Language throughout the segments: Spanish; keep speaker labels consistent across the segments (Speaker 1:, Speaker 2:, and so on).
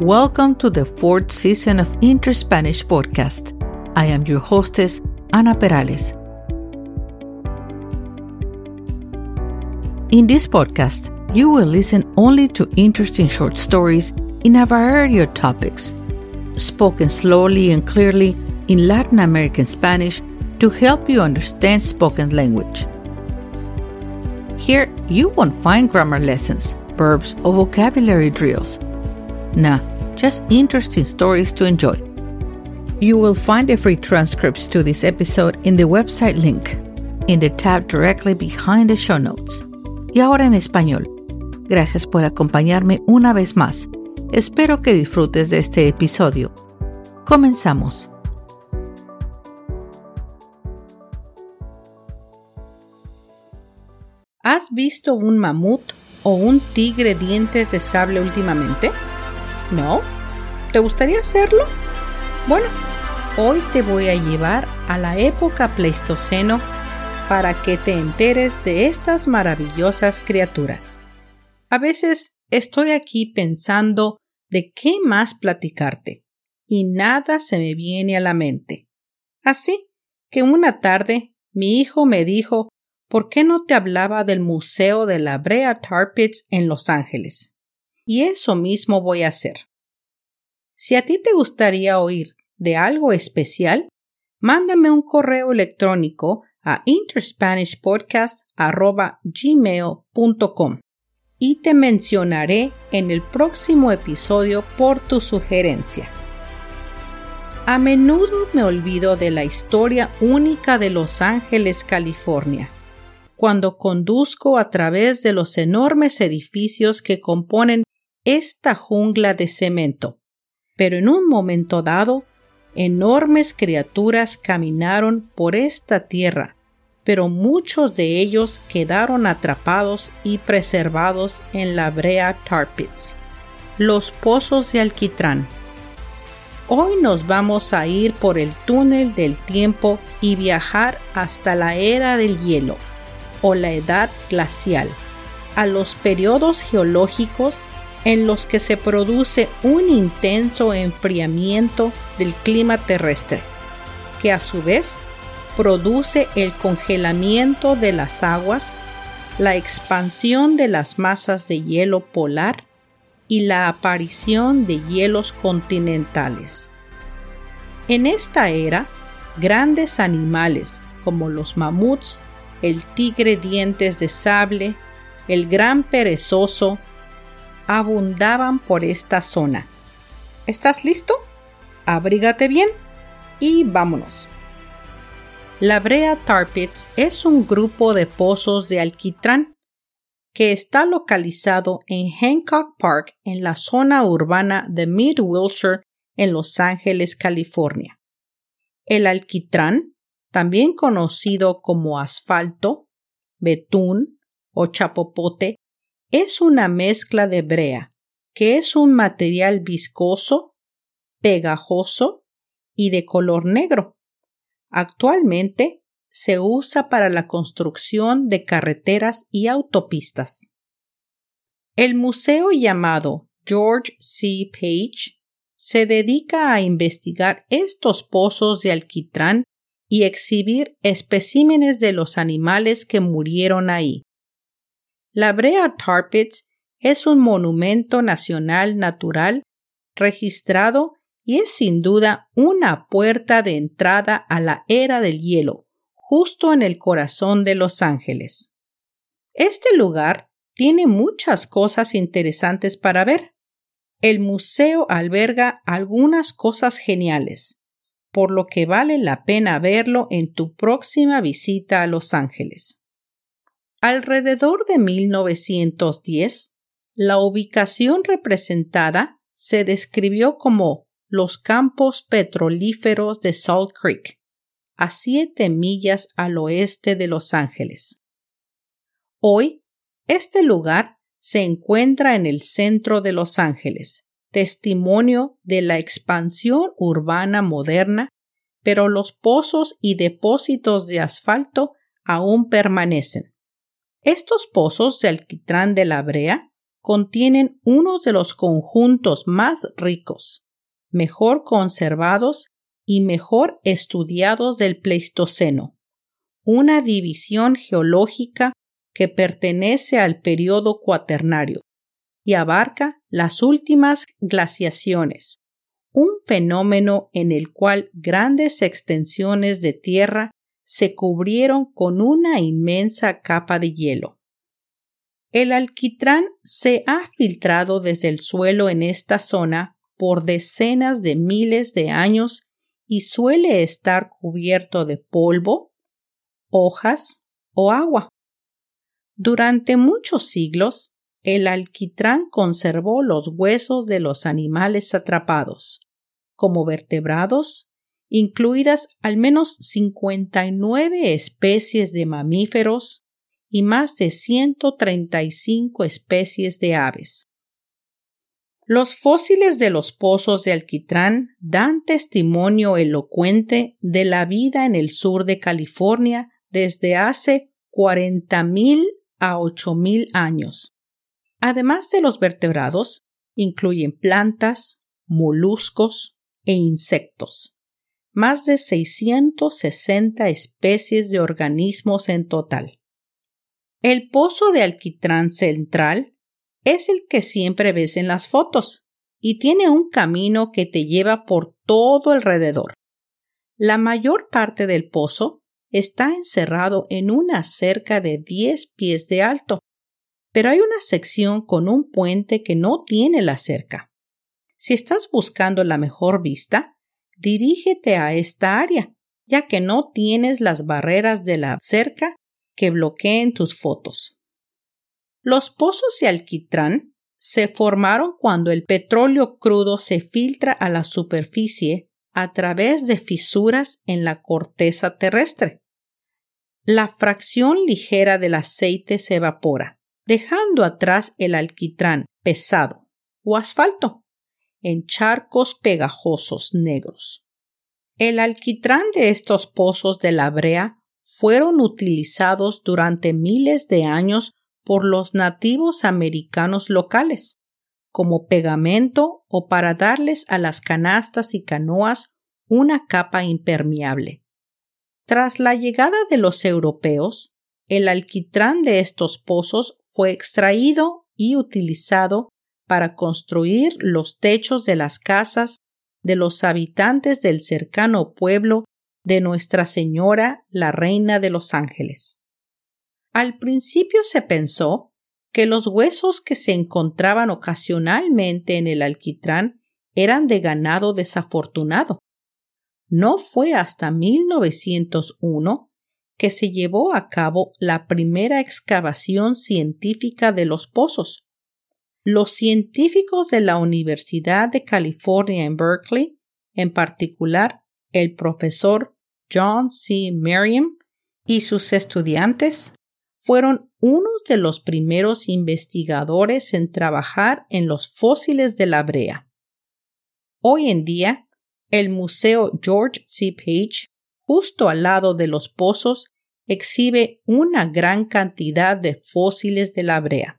Speaker 1: Welcome to the 4th season of Inter-Spanish Podcast. I am your hostess, Ana Perales. In this podcast, you will listen only to interesting short stories in a variety of topics, spoken slowly and clearly in Latin American Spanish to help you understand spoken language. Here, you won't find grammar lessons, verbs, or vocabulary drills. Nah, just interesting stories to enjoy. You will find the free transcripts to this episode in the website link, in the tab directly behind the show notes. Y ahora en español. Gracias por acompañarme una vez más. Espero que disfrutes de este episodio. Comenzamos. ¿Has visto un mamut o un tigre dientes de sable últimamente? ¿No? ¿Te gustaría hacerlo? Bueno, hoy te voy a llevar a la época Pleistoceno para que te enteres de estas maravillosas criaturas. A veces estoy aquí pensando de qué más platicarte y nada se me viene a la mente. Así que una tarde mi hijo me dijo: ¿por qué no te hablaba del Museo de la Brea Tar Pits en Los Ángeles? Y eso mismo voy a hacer. Si a ti te gustaría oír de algo especial, mándame un correo electrónico a interspanishpodcast@gmail.com y te mencionaré en el próximo episodio por tu sugerencia. A menudo me olvido de la historia única de Los Ángeles, California, cuando conduzco a través de los enormes edificios que componen esta jungla de cemento. Pero en un momento dado, enormes criaturas caminaron por esta tierra, pero muchos de ellos quedaron atrapados y preservados en la Brea Tar Pits, los pozos de alquitrán. Hoy nos vamos a ir por el túnel del tiempo y viajar hasta la era del hielo, o la edad glacial, a los periodos geológicos en los que se produce un intenso enfriamiento del clima terrestre, que a su vez produce el congelamiento de las aguas, la expansión de las masas de hielo polar y la aparición de hielos continentales. En esta era, grandes animales como los mamuts, el tigre dientes de sable, el gran perezoso, abundaban por esta zona. ¿Estás listo? Abrígate bien y vámonos. La Brea Tar Pits es un grupo de pozos de alquitrán que está localizado en Hancock Park en la zona urbana de Mid-Wilshire en Los Ángeles, California. El alquitrán, también conocido como asfalto, betún o chapopote, es una mezcla de brea, que es un material viscoso, pegajoso y de color negro. Actualmente se usa para la construcción de carreteras y autopistas. El museo llamado George C. Page se dedica a investigar estos pozos de alquitrán y exhibir especímenes de los animales que murieron ahí. La Brea Tar Pits es un monumento nacional natural registrado y es sin duda una puerta de entrada a la era del hielo, justo en el corazón de Los Ángeles. Este lugar tiene muchas cosas interesantes para ver. El museo alberga algunas cosas geniales, por lo que vale la pena verlo en tu próxima visita a Los Ángeles. Alrededor de 1910, la ubicación representada se describió como los campos petrolíferos de Salt Creek, a 7 millas al oeste de Los Ángeles. Hoy, este lugar se encuentra en el centro de Los Ángeles, testimonio de la expansión urbana moderna, pero los pozos y depósitos de asfalto aún permanecen. Estos pozos de alquitrán de la Brea contienen uno de los conjuntos más ricos, mejor conservados y mejor estudiados del Pleistoceno, una división geológica que pertenece al período cuaternario y abarca las últimas glaciaciones, un fenómeno en el cual grandes extensiones de tierra se cubrieron con una inmensa capa de hielo. El alquitrán se ha filtrado desde el suelo en esta zona por decenas de miles de años y suele estar cubierto de polvo, hojas o agua. Durante muchos siglos, el alquitrán conservó los huesos de los animales atrapados, como vertebrados, incluidas al menos 59 especies de mamíferos y más de 135 especies de aves. Los fósiles de los pozos de alquitrán dan testimonio elocuente de la vida en el sur de California desde hace 40,000 a 8,000 años. Además de los vertebrados, incluyen plantas, moluscos e insectos. Más de 660 especies de organismos en total. El pozo de alquitrán central es el que siempre ves en las fotos y tiene un camino que te lleva por todo alrededor. La mayor parte del pozo está encerrado en una cerca de 10 pies de alto, pero hay una sección con un puente que no tiene la cerca. Si estás buscando la mejor vista, dirígete a esta área, ya que no tienes las barreras de la cerca que bloqueen tus fotos. Los pozos de alquitrán se formaron cuando el petróleo crudo se filtra a la superficie a través de fisuras en la corteza terrestre. La fracción ligera del aceite se evapora, dejando atrás el alquitrán pesado o asfalto en charcos pegajosos negros. El alquitrán de estos pozos de la brea fueron utilizados durante miles de años por los nativos americanos locales, como pegamento o para darles a las canastas y canoas una capa impermeable. Tras la llegada de los europeos, el alquitrán de estos pozos fue extraído y utilizado para construir los techos de las casas de los habitantes del cercano pueblo de Nuestra Señora, la Reina de los Ángeles. Al principio se pensó que los huesos que se encontraban ocasionalmente en el alquitrán eran de ganado desafortunado. No fue hasta 1901 que se llevó a cabo la primera excavación científica de los pozos. Los científicos de la Universidad de California en Berkeley, en particular el profesor John C. Merriam y sus estudiantes, fueron unos de los primeros investigadores en trabajar en los fósiles de la brea. Hoy en día, el Museo George C. Page, justo al lado de los pozos, exhibe una gran cantidad de fósiles de la brea.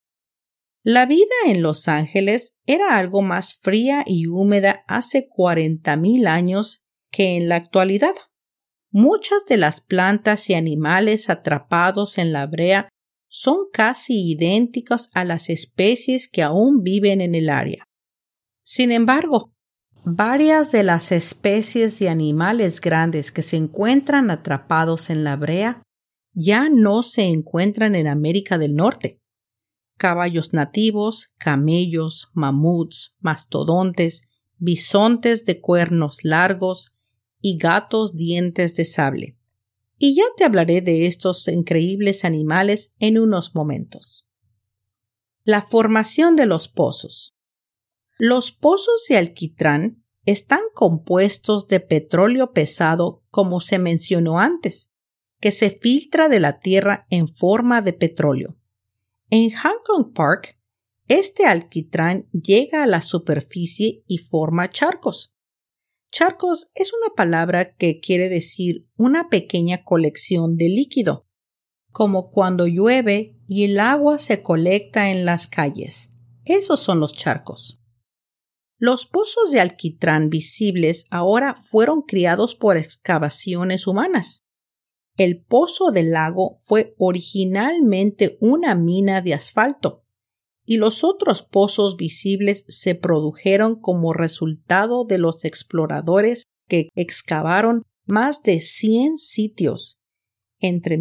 Speaker 1: La vida en Los Ángeles era algo más fría y húmeda hace 40,000 años que en la actualidad. Muchas de las plantas y animales atrapados en la brea son casi idénticos a las especies que aún viven en el área. Sin embargo, varias de las especies de animales grandes que se encuentran atrapados en la brea ya no se encuentran en América del Norte. Caballos nativos, camellos, mamuts, mastodontes, bisontes de cuernos largos y gatos dientes de sable. Y ya te hablaré de estos increíbles animales en unos momentos. La formación de los pozos. Los pozos de alquitrán están compuestos de petróleo pesado, como se mencionó antes, que se filtra de la tierra en forma de petróleo. En Hancock Park, este alquitrán llega a la superficie y forma charcos. Charcos es una palabra que quiere decir una pequeña colección de líquido, como cuando llueve y el agua se colecta en las calles. Esos son los charcos. Los pozos de alquitrán visibles ahora fueron creados por excavaciones humanas. El pozo del lago fue originalmente una mina de asfalto, y los otros pozos visibles se produjeron como resultado de los exploradores que excavaron más de 100 sitios entre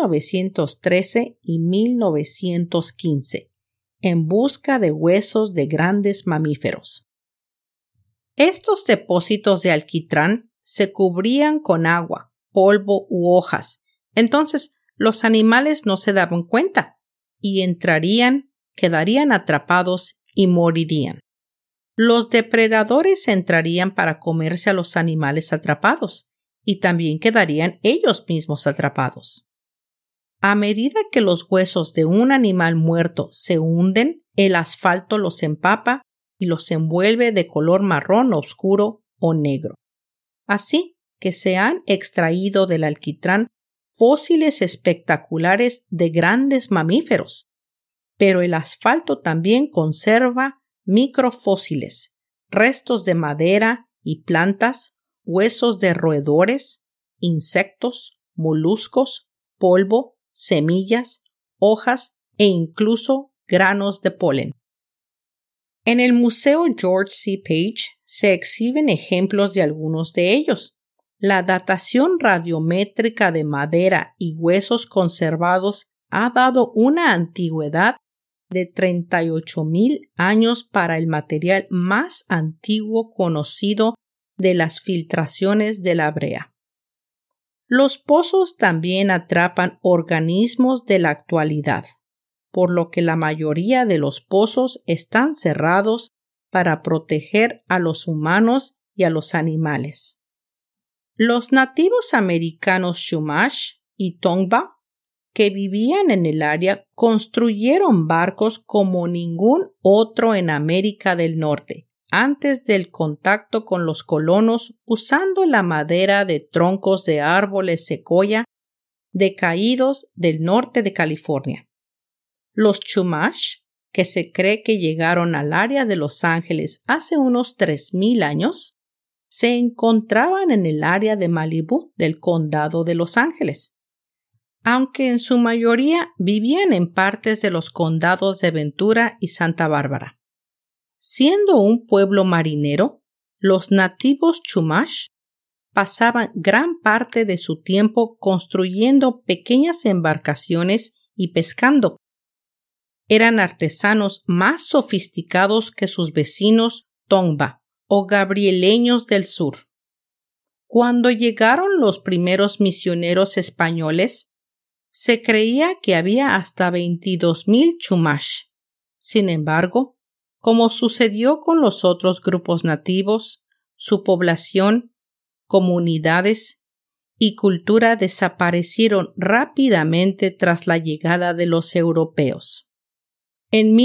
Speaker 1: 1913 y 1915 en busca de huesos de grandes mamíferos. Estos depósitos de alquitrán se cubrían con agua, polvo u hojas, entonces los animales no se daban cuenta y entrarían, quedarían atrapados y morirían. Los depredadores entrarían para comerse a los animales atrapados y también quedarían ellos mismos atrapados. A medida que los huesos de un animal muerto se hunden, el asfalto los empapa y los envuelve de color marrón oscuro o negro. Así que se han extraído del alquitrán fósiles espectaculares de grandes mamíferos, pero el asfalto también conserva microfósiles, restos de madera y plantas, huesos de roedores, insectos, moluscos, polvo, semillas, hojas e incluso granos de polen. En el Museo George C. Page se exhiben ejemplos de algunos de ellos. La datación radiométrica de madera y huesos conservados ha dado una antigüedad de 38,000 años para el material más antiguo conocido de las filtraciones de la brea. Los pozos también atrapan organismos de la actualidad, por lo que la mayoría de los pozos están cerrados para proteger a los humanos y a los animales. Los nativos americanos Chumash y Tongva, que vivían en el área, construyeron barcos como ningún otro en América del Norte, antes del contacto con los colonos, usando la madera de troncos de árboles secoya decaídos del norte de California. Los Chumash, que se cree que llegaron al área de Los Ángeles hace unos 3,000 años, se encontraban en el área de Malibú del condado de Los Ángeles, aunque en su mayoría vivían en partes de los condados de Ventura y Santa Bárbara. Siendo un pueblo marinero, los nativos Chumash pasaban gran parte de su tiempo construyendo pequeñas embarcaciones y pescando. Eran artesanos más sofisticados que sus vecinos Tongva o gabrieleños del sur. Cuando llegaron los primeros misioneros españoles, se creía que había hasta 22,000 Chumash. Sin embargo, como sucedió con los otros grupos nativos, su población, comunidades y cultura desaparecieron rápidamente tras la llegada de los europeos. En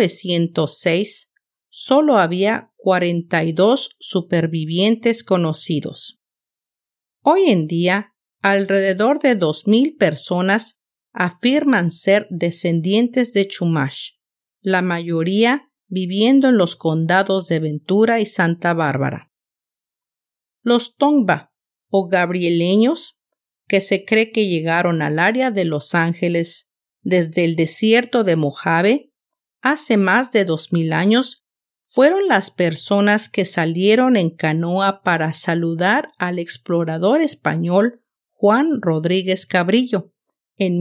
Speaker 1: 1906, solo había 42 supervivientes conocidos. Hoy en día, alrededor de 2,000 personas afirman ser descendientes de Chumash, la mayoría viviendo en los condados de Ventura y Santa Bárbara. Los Tongva o gabrieleños, que se cree que llegaron al área de Los Ángeles desde el desierto de Mojave hace más de 2,000 años, fueron las personas que salieron en canoa para saludar al explorador español Juan Rodríguez Cabrillo en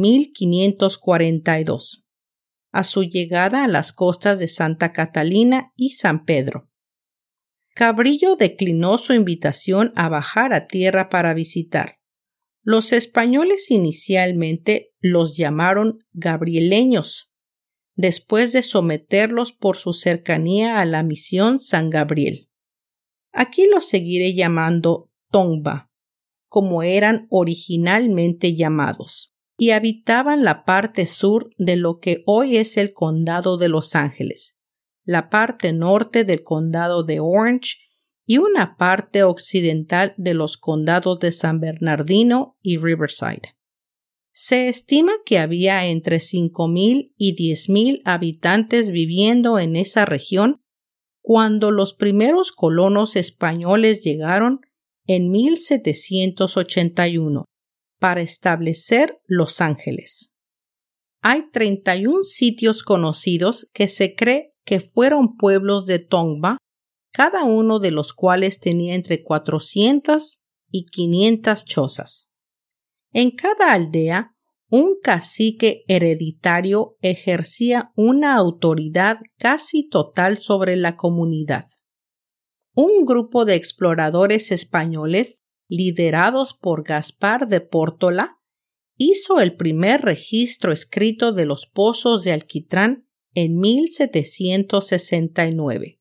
Speaker 1: 1542. A su llegada a las costas de Santa Catalina y San Pedro. Cabrillo declinó su invitación a bajar a tierra para visitar. Los españoles inicialmente los llamaron gabrieleños, después de someterlos por su cercanía a la misión San Gabriel. Aquí los seguiré llamando Tongva, como eran originalmente llamados, y habitaban la parte sur de lo que hoy es el condado de Los Ángeles, la parte norte del condado de Orange y una parte occidental de los condados de San Bernardino y Riverside. Se estima que había entre 5,000 y 10,000 habitantes viviendo en esa región cuando los primeros colonos españoles llegaron en 1781 para establecer Los Ángeles. Hay 31 sitios conocidos que se cree que fueron pueblos de Tongva, cada uno de los cuales tenía entre 400 y 500 chozas. En cada aldea, un cacique hereditario ejercía una autoridad casi total sobre la comunidad. Un grupo de exploradores españoles, liderados por Gaspar de Pórtola, hizo el primer registro escrito de los pozos de alquitrán en 1769.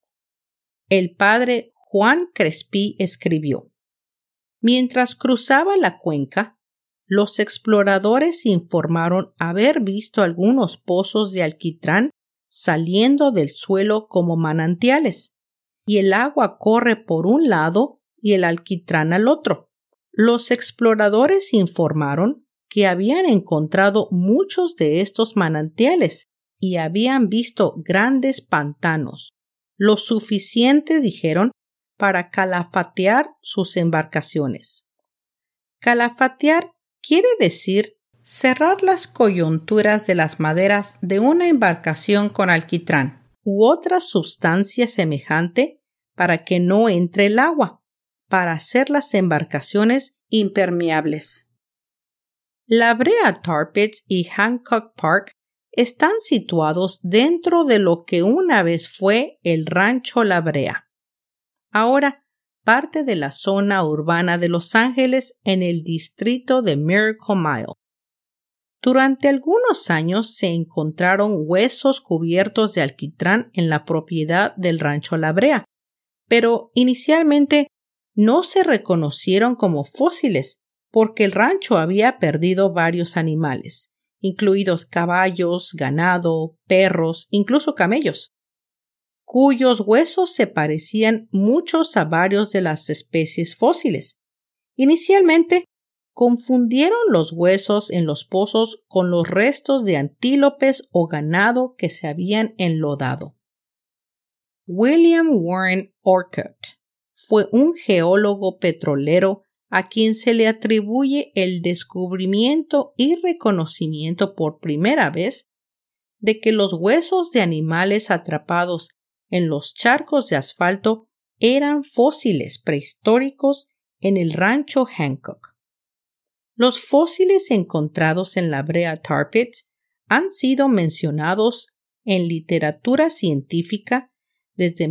Speaker 1: El padre Juan Crespí escribió: mientras cruzaba la cuenca, los exploradores informaron haber visto algunos pozos de alquitrán saliendo del suelo como manantiales, y el agua corre por un lado y el alquitrán al otro. Los exploradores informaron que habían encontrado muchos de estos manantiales y habían visto grandes pantanos, lo suficiente, dijeron, para calafatear sus embarcaciones. Calafatear quiere decir cerrar las coyunturas de las maderas de una embarcación con alquitrán u otra sustancia semejante para que no entre el agua, para hacer las embarcaciones impermeables. La Brea Tar Pits y Hancock Park están situados dentro de lo que una vez fue el Rancho La Brea, ahora parte de la zona urbana de Los Ángeles en el distrito de Miracle Mile. Durante algunos años se encontraron huesos cubiertos de alquitrán en la propiedad del Rancho La Brea, pero inicialmente no se reconocieron como fósiles porque el rancho había perdido varios animales, incluidos caballos, ganado, perros, incluso camellos, cuyos huesos se parecían muchos a varios de las especies fósiles. Inicialmente, confundieron los huesos en los pozos con los restos de antílopes o ganado que se habían enlodado. William Warren Orcutt fue un geólogo petrolero a quien se le atribuye el descubrimiento y reconocimiento por primera vez de que los huesos de animales atrapados en los charcos de asfalto eran fósiles prehistóricos en el rancho Hancock. Los fósiles encontrados en la Brea Tar Pits han sido mencionados en literatura científica desde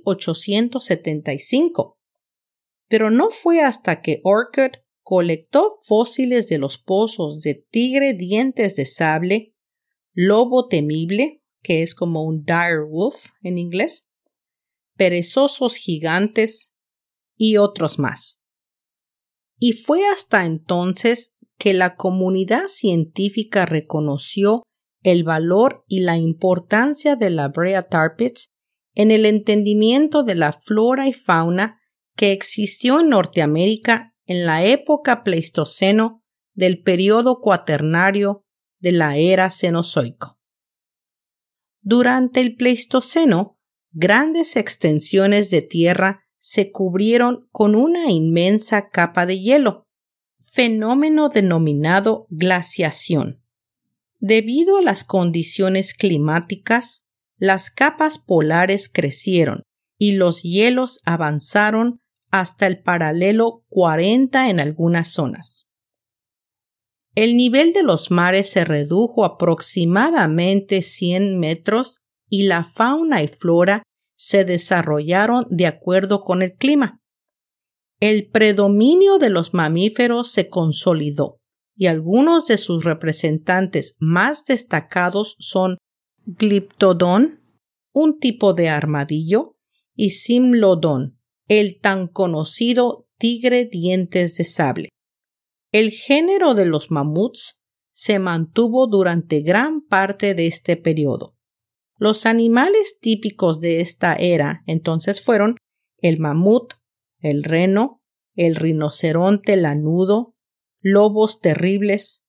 Speaker 1: 1875, pero no fue hasta que Orcutt colectó fósiles de los pozos de tigre dientes de sable, lobo temible, que es como un dire wolf en inglés, perezosos gigantes y otros más. Y fue hasta entonces que la comunidad científica reconoció el valor y la importancia de la Brea Tar Pits en el entendimiento de la flora y fauna que existió en Norteamérica en la época Pleistoceno del período cuaternario de la era Cenozoico. Durante el Pleistoceno, grandes extensiones de tierra se cubrieron con una inmensa capa de hielo, fenómeno denominado glaciación. Debido a las condiciones climáticas, las capas polares crecieron y los hielos avanzaron hasta el paralelo 40 en algunas zonas. El nivel de los mares se redujo aproximadamente 100 metros y la fauna y flora se desarrollaron de acuerdo con el clima. El predominio de los mamíferos se consolidó y algunos de sus representantes más destacados son Glyptodon, un tipo de armadillo, y Simlodon, el tan conocido tigre dientes de sable. El género de los mamuts se mantuvo durante gran parte de este periodo. Los animales típicos de esta era entonces fueron el mamut, el reno, el rinoceronte lanudo, lobos terribles,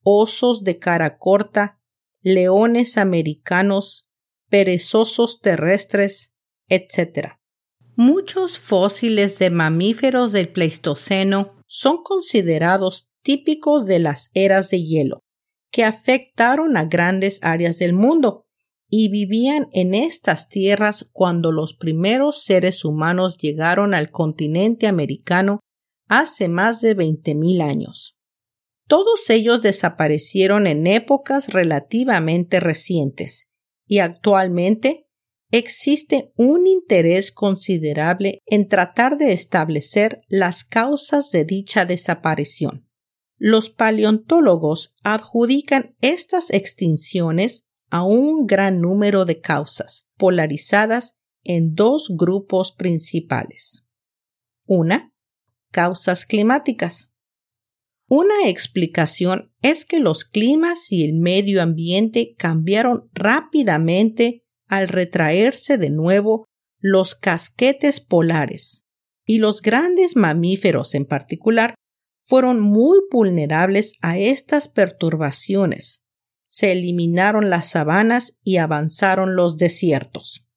Speaker 1: osos de cara corta, leones americanos, perezosos terrestres, etc. Muchos fósiles de mamíferos del Pleistoceno son considerados típicos de las eras de hielo, que afectaron a grandes áreas del mundo y vivían en estas tierras cuando los primeros seres humanos llegaron al continente americano hace más de 20,000 años. Todos ellos desaparecieron en épocas relativamente recientes y actualmente existe un interés considerable en tratar de establecer las causas de dicha desaparición. Los paleontólogos adjudican estas extinciones a un gran número de causas, polarizadas en dos grupos principales. Una, causas climáticas. Una explicación es que los climas y el medio ambiente cambiaron rápidamente al retraerse de nuevo los casquetes polares, y los grandes mamíferos en particular fueron muy vulnerables a estas perturbaciones. Se eliminaron las sabanas y avanzaron los desiertos.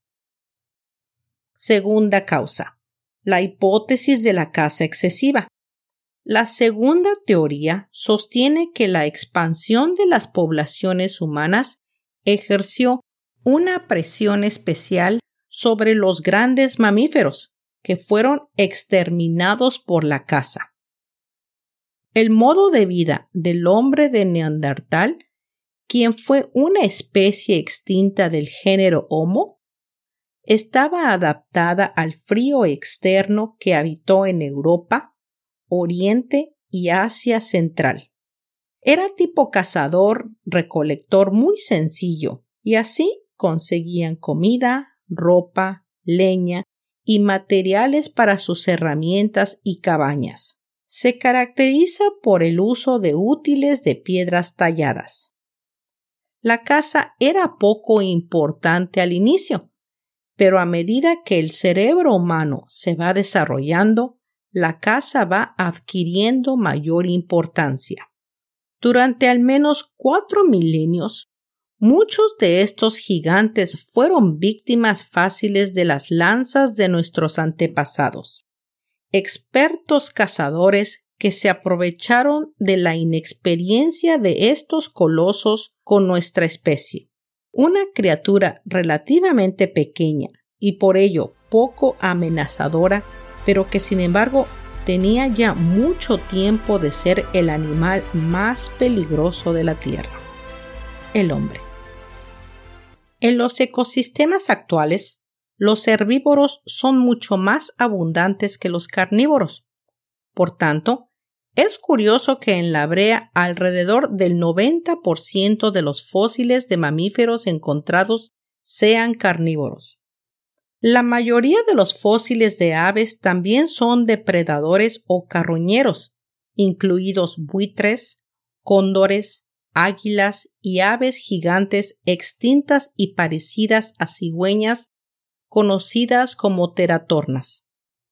Speaker 1: Segunda causa, la hipótesis de la caza excesiva. La segunda teoría sostiene que la expansión de las poblaciones humanas ejerció una presión especial sobre los grandes mamíferos, que fueron exterminados por la caza. El modo de vida del hombre de Neandertal, quien fue una especie extinta del género Homo, estaba adaptada al frío externo que habitó en Europa, Oriente y Asia Central. Era tipo cazador-recolector muy sencillo, y así conseguían comida, ropa, leña y materiales para sus herramientas y cabañas. Se caracteriza por el uso de útiles de piedras talladas. La caza era poco importante al inicio, pero a medida que el cerebro humano se va desarrollando, la caza va adquiriendo mayor importancia. Durante al menos 4 milenios, muchos de estos gigantes fueron víctimas fáciles de las lanzas de nuestros antepasados. Expertos cazadores que se aprovecharon de la inexperiencia de estos colosos con nuestra especie. Una criatura relativamente pequeña y por ello poco amenazadora, pero que sin embargo tenía ya mucho tiempo de ser el animal más peligroso de la Tierra: el hombre. En los ecosistemas actuales, los herbívoros son mucho más abundantes que los carnívoros. Por tanto, es curioso que en la brea alrededor del 90% de los fósiles de mamíferos encontrados sean carnívoros. La mayoría de los fósiles de aves también son depredadores o carroñeros, incluidos buitres, cóndores, águilas y aves gigantes extintas y parecidas a cigüeñas, conocidas como teratornas.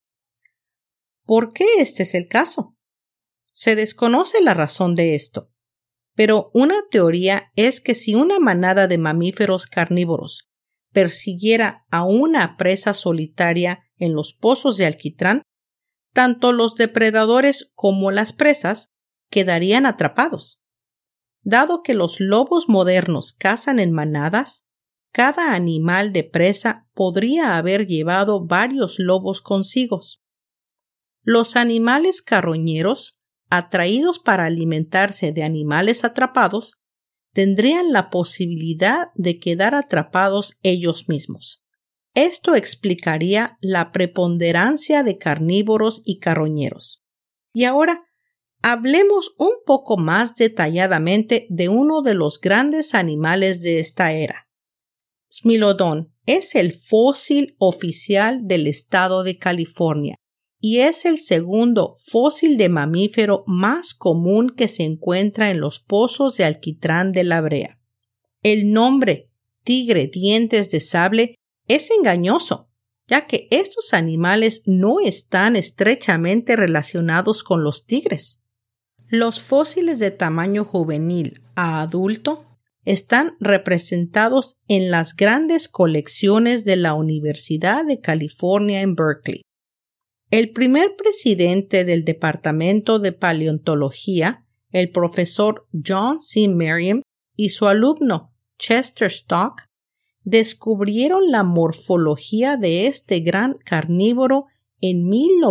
Speaker 1: ¿Por qué este es el caso? Se desconoce la razón de esto, pero una teoría es que si una manada de mamíferos carnívoros persiguiera a una presa solitaria en los pozos de alquitrán, tanto los depredadores como las presas quedarían atrapados. Dado que los lobos modernos cazan en manadas, cada animal de presa podría haber llevado varios lobos consigo. Los animales carroñeros, atraídos para alimentarse de animales atrapados, tendrían la posibilidad de quedar atrapados ellos mismos. Esto explicaría la preponderancia de carnívoros y carroñeros. Y ahora, hablemos un poco más detalladamente de uno de los grandes animales de esta era. Smilodon es el fósil oficial del estado de California y es el segundo fósil de mamífero más común que se encuentra en los pozos de alquitrán de la brea. El nombre tigre dientes de sable es engañoso, ya que estos animales no están estrechamente relacionados con los tigres. Los fósiles de tamaño juvenil a adulto están representados en las grandes colecciones de la Universidad de California en Berkeley. El primer presidente del Departamento de Paleontología, el profesor John C. Merriam, y su alumno Chester Stock, descubrieron la morfología de este gran carnívoro en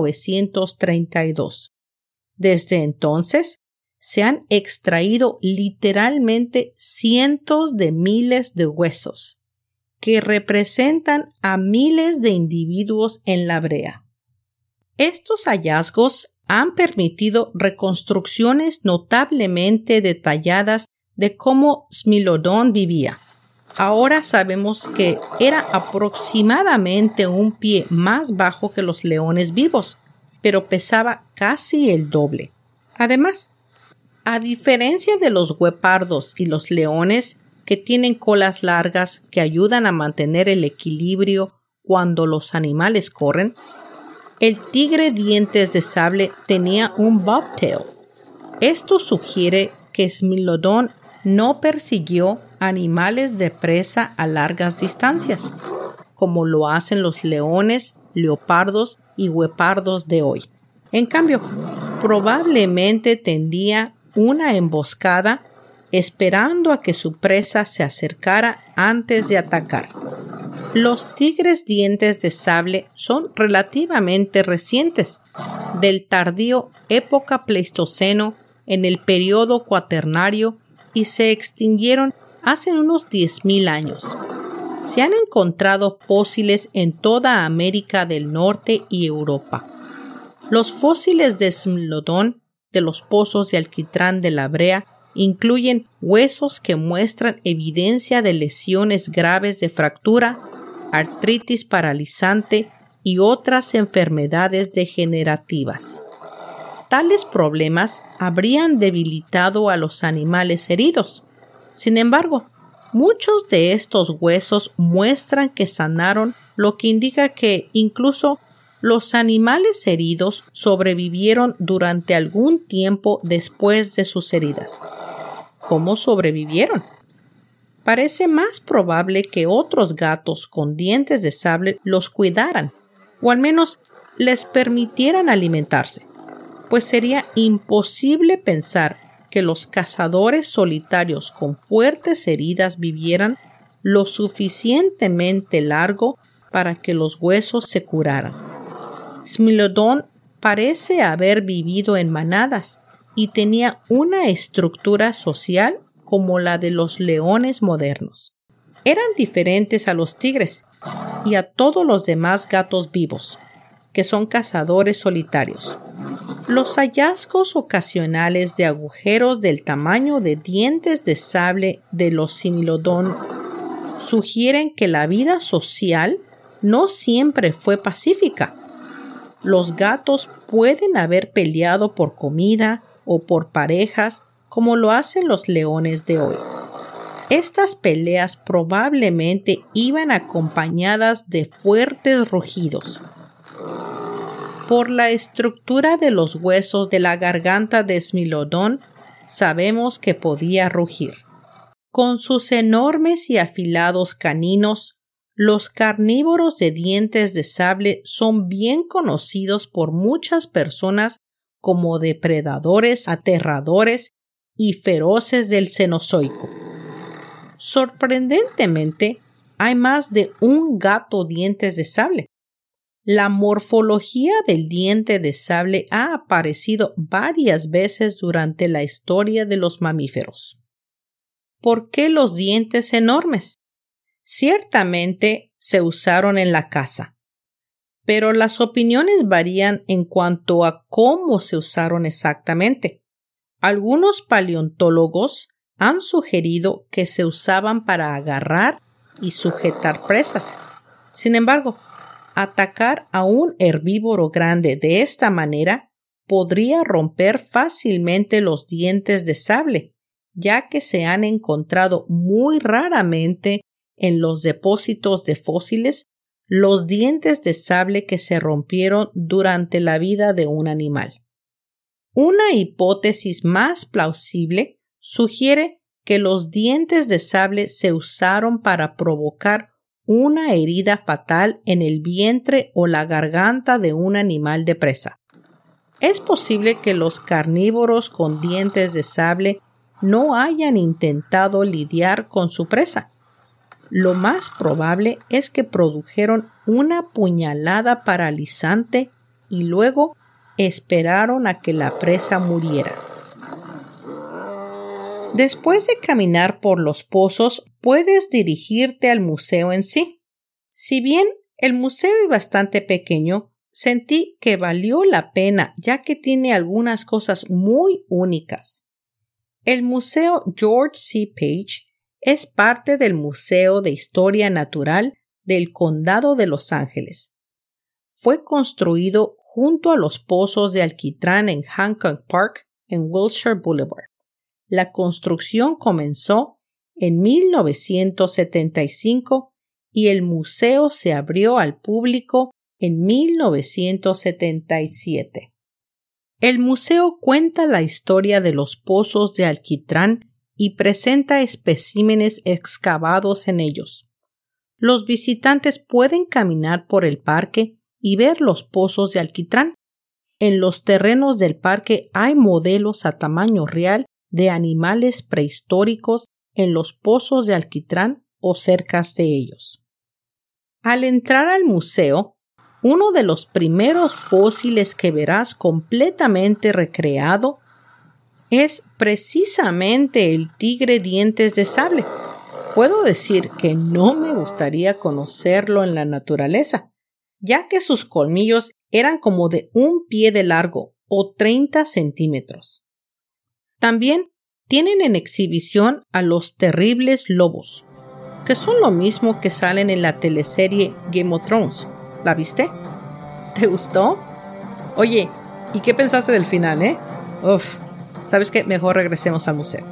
Speaker 1: 1932. Desde entonces, se han extraído literalmente cientos de miles de huesos, que representan a miles de individuos en la brea. Estos hallazgos han permitido reconstrucciones notablemente detalladas de cómo Smilodon vivía. Ahora sabemos que era aproximadamente un pie más bajo que los leones vivos, pero pesaba casi el doble. Además, a diferencia de los guepardos y los leones, que tienen colas largas que ayudan a mantener el equilibrio cuando los animales corren, el tigre dientes de sable tenía un bobtail. Esto sugiere que Smilodon no persiguió animales de presa a largas distancias, como lo hacen los leones, leopardos y guepardos de hoy. En cambio, probablemente tendía una emboscada esperando a que su presa se acercara antes de atacar. Los tigres dientes de sable son relativamente recientes, del tardío época Pleistoceno en el período Cuaternario y se extinguieron hace unos 10,000 años. Se han encontrado fósiles en toda América del Norte y Europa. Los fósiles de Smilodon de los pozos de alquitrán de la brea incluyen huesos que muestran evidencia de lesiones graves de fractura, artritis paralizante y otras enfermedades degenerativas. Tales problemas habrían debilitado a los animales heridos. Sin embargo, muchos de estos huesos muestran que sanaron, lo que indica que incluso los animales heridos sobrevivieron durante algún tiempo después de sus heridas. ¿Cómo sobrevivieron? Parece más probable que otros gatos con dientes de sable los cuidaran, o al menos les permitieran alimentarse, pues sería imposible pensar que los cazadores solitarios con fuertes heridas vivieran lo suficientemente largo para que los huesos se curaran. Smilodon parece haber vivido en manadas y tenía una estructura social como la de los leones modernos. Eran diferentes a los tigres y a todos los demás gatos vivos, que son cazadores solitarios. Los hallazgos ocasionales de agujeros del tamaño de dientes de sable de los Smilodon sugieren que la vida social no siempre fue pacífica. Los gatos pueden haber peleado por comida o por parejas como lo hacen los leones de hoy. Estas peleas probablemente iban acompañadas de fuertes rugidos. Por la estructura de los huesos de la garganta de Smilodon, sabemos que podía rugir. Con sus enormes y afilados caninos, los carnívoros de dientes de sable son bien conocidos por muchas personas como depredadores aterradores y feroces del Cenozoico. Sorprendentemente, hay más de un gato dientes de sable. La morfología del diente de sable ha aparecido varias veces durante la historia de los mamíferos. ¿Por qué los dientes enormes? Ciertamente se usaron en la caza, pero las opiniones varían en cuanto a cómo se usaron exactamente. Algunos paleontólogos han sugerido que se usaban para agarrar y sujetar presas. Sin embargo, atacar a un herbívoro grande de esta manera podría romper fácilmente los dientes de sable, ya que se han encontrado muy raramente en los depósitos de fósiles los dientes de sable que se rompieron durante la vida de un animal. Una hipótesis más plausible sugiere que los dientes de sable se usaron para provocar una herida fatal en el vientre o la garganta de un animal de presa. Es posible que los carnívoros con dientes de sable no hayan intentado lidiar con su presa. Lo más probable es que produjeron una puñalada paralizante y luego esperaron a que la presa muriera. Después de caminar por los pozos, puedes dirigirte al museo en sí. Si bien el museo es bastante pequeño, sentí que valió la pena ya que tiene algunas cosas muy únicas. El Museo George C. Page es parte del Museo de Historia Natural del Condado de Los Ángeles. Fue construido junto a los pozos de alquitrán en Hancock Park en Wilshire Boulevard. La construcción comenzó en 1975 y el museo se abrió al público en 1977. El museo cuenta la historia de los pozos de alquitrán y presenta especímenes excavados en ellos. Los visitantes pueden caminar por el parque y ver los pozos de alquitrán. En los terrenos del parque hay modelos a tamaño real de animales prehistóricos en los pozos de alquitrán o cerca de ellos. Al entrar al museo, uno de los primeros fósiles que verás completamente recreado es precisamente el tigre dientes de sable. Puedo decir que no me gustaría conocerlo en la naturaleza, ya que sus colmillos eran como de 1 pie de largo o 30 centímetros. También tienen en exhibición a los terribles lobos, que son lo mismo que salen en la teleserie Game of Thrones. ¿La viste? ¿Te gustó? Oye, ¿y qué pensaste del final, ¿Sabes qué? Mejor regresemos al museo.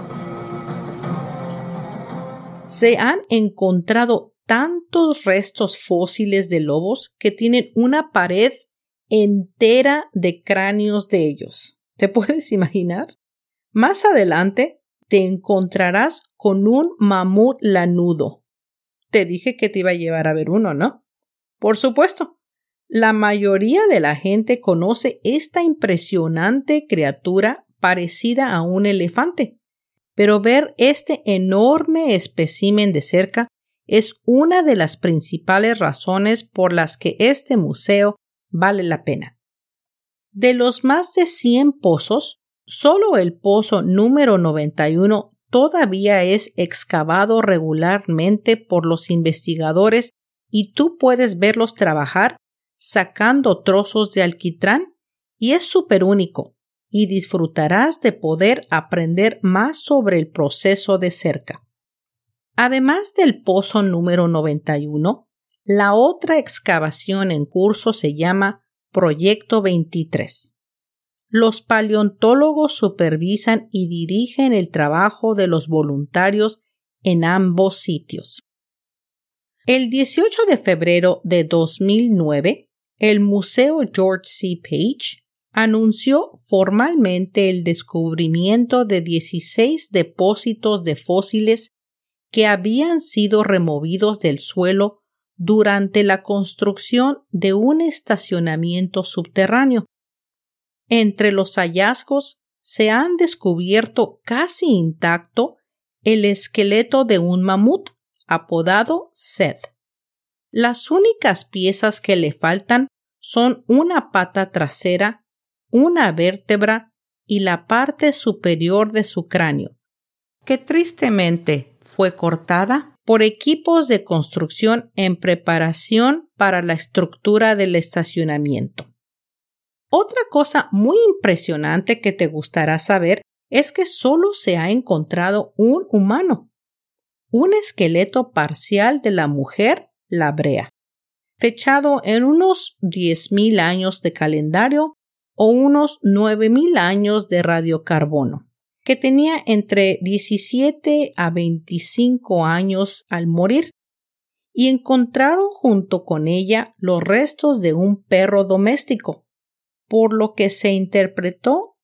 Speaker 1: Se han encontrado tantos restos fósiles de lobos que tienen una pared entera de cráneos de ellos. ¿Te puedes imaginar? Más adelante te encontrarás con un mamut lanudo. Te dije que te iba a llevar a ver uno, ¿no? Por supuesto, la mayoría de la gente conoce esta impresionante criatura parecida a un elefante, pero ver este enorme espécimen de cerca es una de las principales razones por las que este museo vale la pena. De los más de 100 pozos, solo el pozo número 91 todavía es excavado regularmente por los investigadores y tú puedes verlos trabajar sacando trozos de alquitrán y es súper único y disfrutarás de poder aprender más sobre el proceso de cerca. Además del pozo número 91, la otra excavación en curso se llama Proyecto 23. Los paleontólogos supervisan y dirigen el trabajo de los voluntarios en ambos sitios. El 18 de febrero de 2009, el Museo George C. Page anunció formalmente el descubrimiento de 16 depósitos de fósiles que habían sido removidos del suelo durante la construcción de un estacionamiento subterráneo. Entre los hallazgos se han descubierto casi intacto el esqueleto de un mamut apodado Seth. Las únicas piezas que le faltan son una pata trasera, una vértebra y la parte superior de su cráneo, que tristemente fue cortada por equipos de construcción en preparación para la estructura del estacionamiento. Otra cosa muy impresionante que te gustará saber es que solo se ha encontrado un humano, un esqueleto parcial de la mujer La Brea, fechado en unos 10,000 años de calendario o unos 9,000 años de radiocarbono, que tenía entre 17 a 25 años al morir, y encontraron junto con ella los restos de un perro doméstico, por lo que se interpretó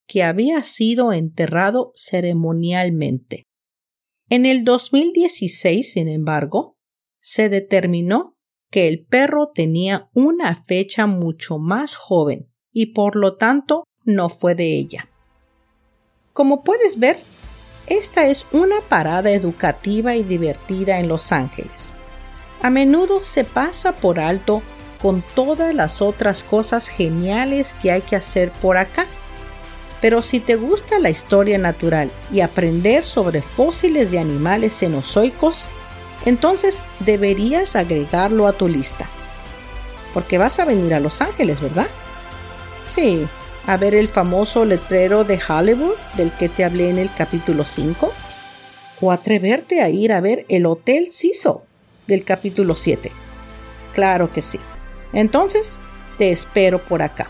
Speaker 1: que había sido enterrado ceremonialmente. En el 2016, sin embargo, se determinó que el perro tenía una fecha mucho más joven y por lo tanto no fue de ella. Como puedes ver, esta es una parada educativa y divertida en Los Ángeles. A menudo se pasa por alto con todas las otras cosas geniales que hay que hacer por acá. Pero si te gusta la historia natural y aprender sobre fósiles de animales cenozoicos, entonces deberías agregarlo a tu lista. Porque vas a venir a Los Ángeles, ¿verdad? Sí, a ver el famoso letrero de Hollywood del que te hablé en el capítulo 5. O atreverte a ir a ver el Hotel Cecil del capítulo 7. Claro que sí. Entonces, te espero por acá.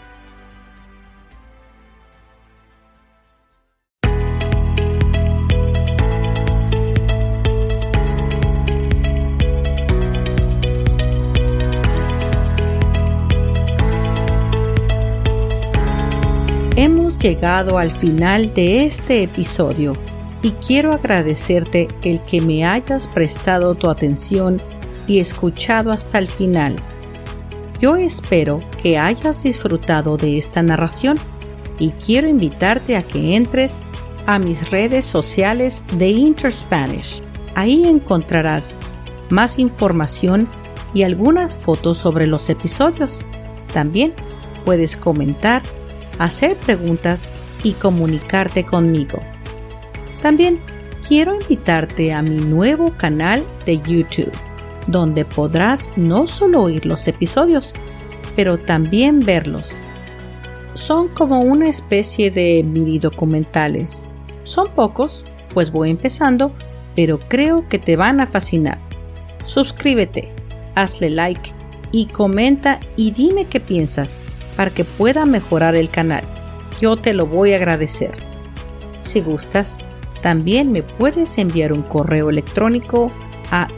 Speaker 1: Hemos llegado al final de este episodio y quiero agradecerte el que me hayas prestado tu atención y escuchado hasta el final. Yo espero que hayas disfrutado de esta narración y quiero invitarte a que entres a mis redes sociales de InterSpanish. Ahí encontrarás más información y algunas fotos sobre los episodios. También puedes comentar, hacer preguntas y comunicarte conmigo. También quiero invitarte a mi nuevo canal de YouTube, donde podrás no solo oír los episodios, pero también verlos. Son como una especie de mini documentales. Son pocos, pues voy empezando, pero creo que te van a fascinar. Suscríbete, hazle like y comenta y dime qué piensas para que pueda mejorar el canal. Yo te lo voy a agradecer. Si gustas, también me puedes enviar un correo electrónico a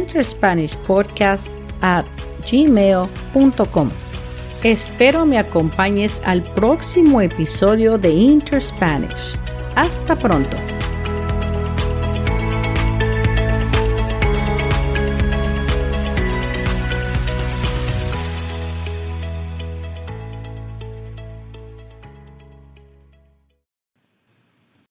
Speaker 1: interspanishpodcast@gmail.com. Espero me acompañes al próximo episodio de InterSpanish. Hasta pronto.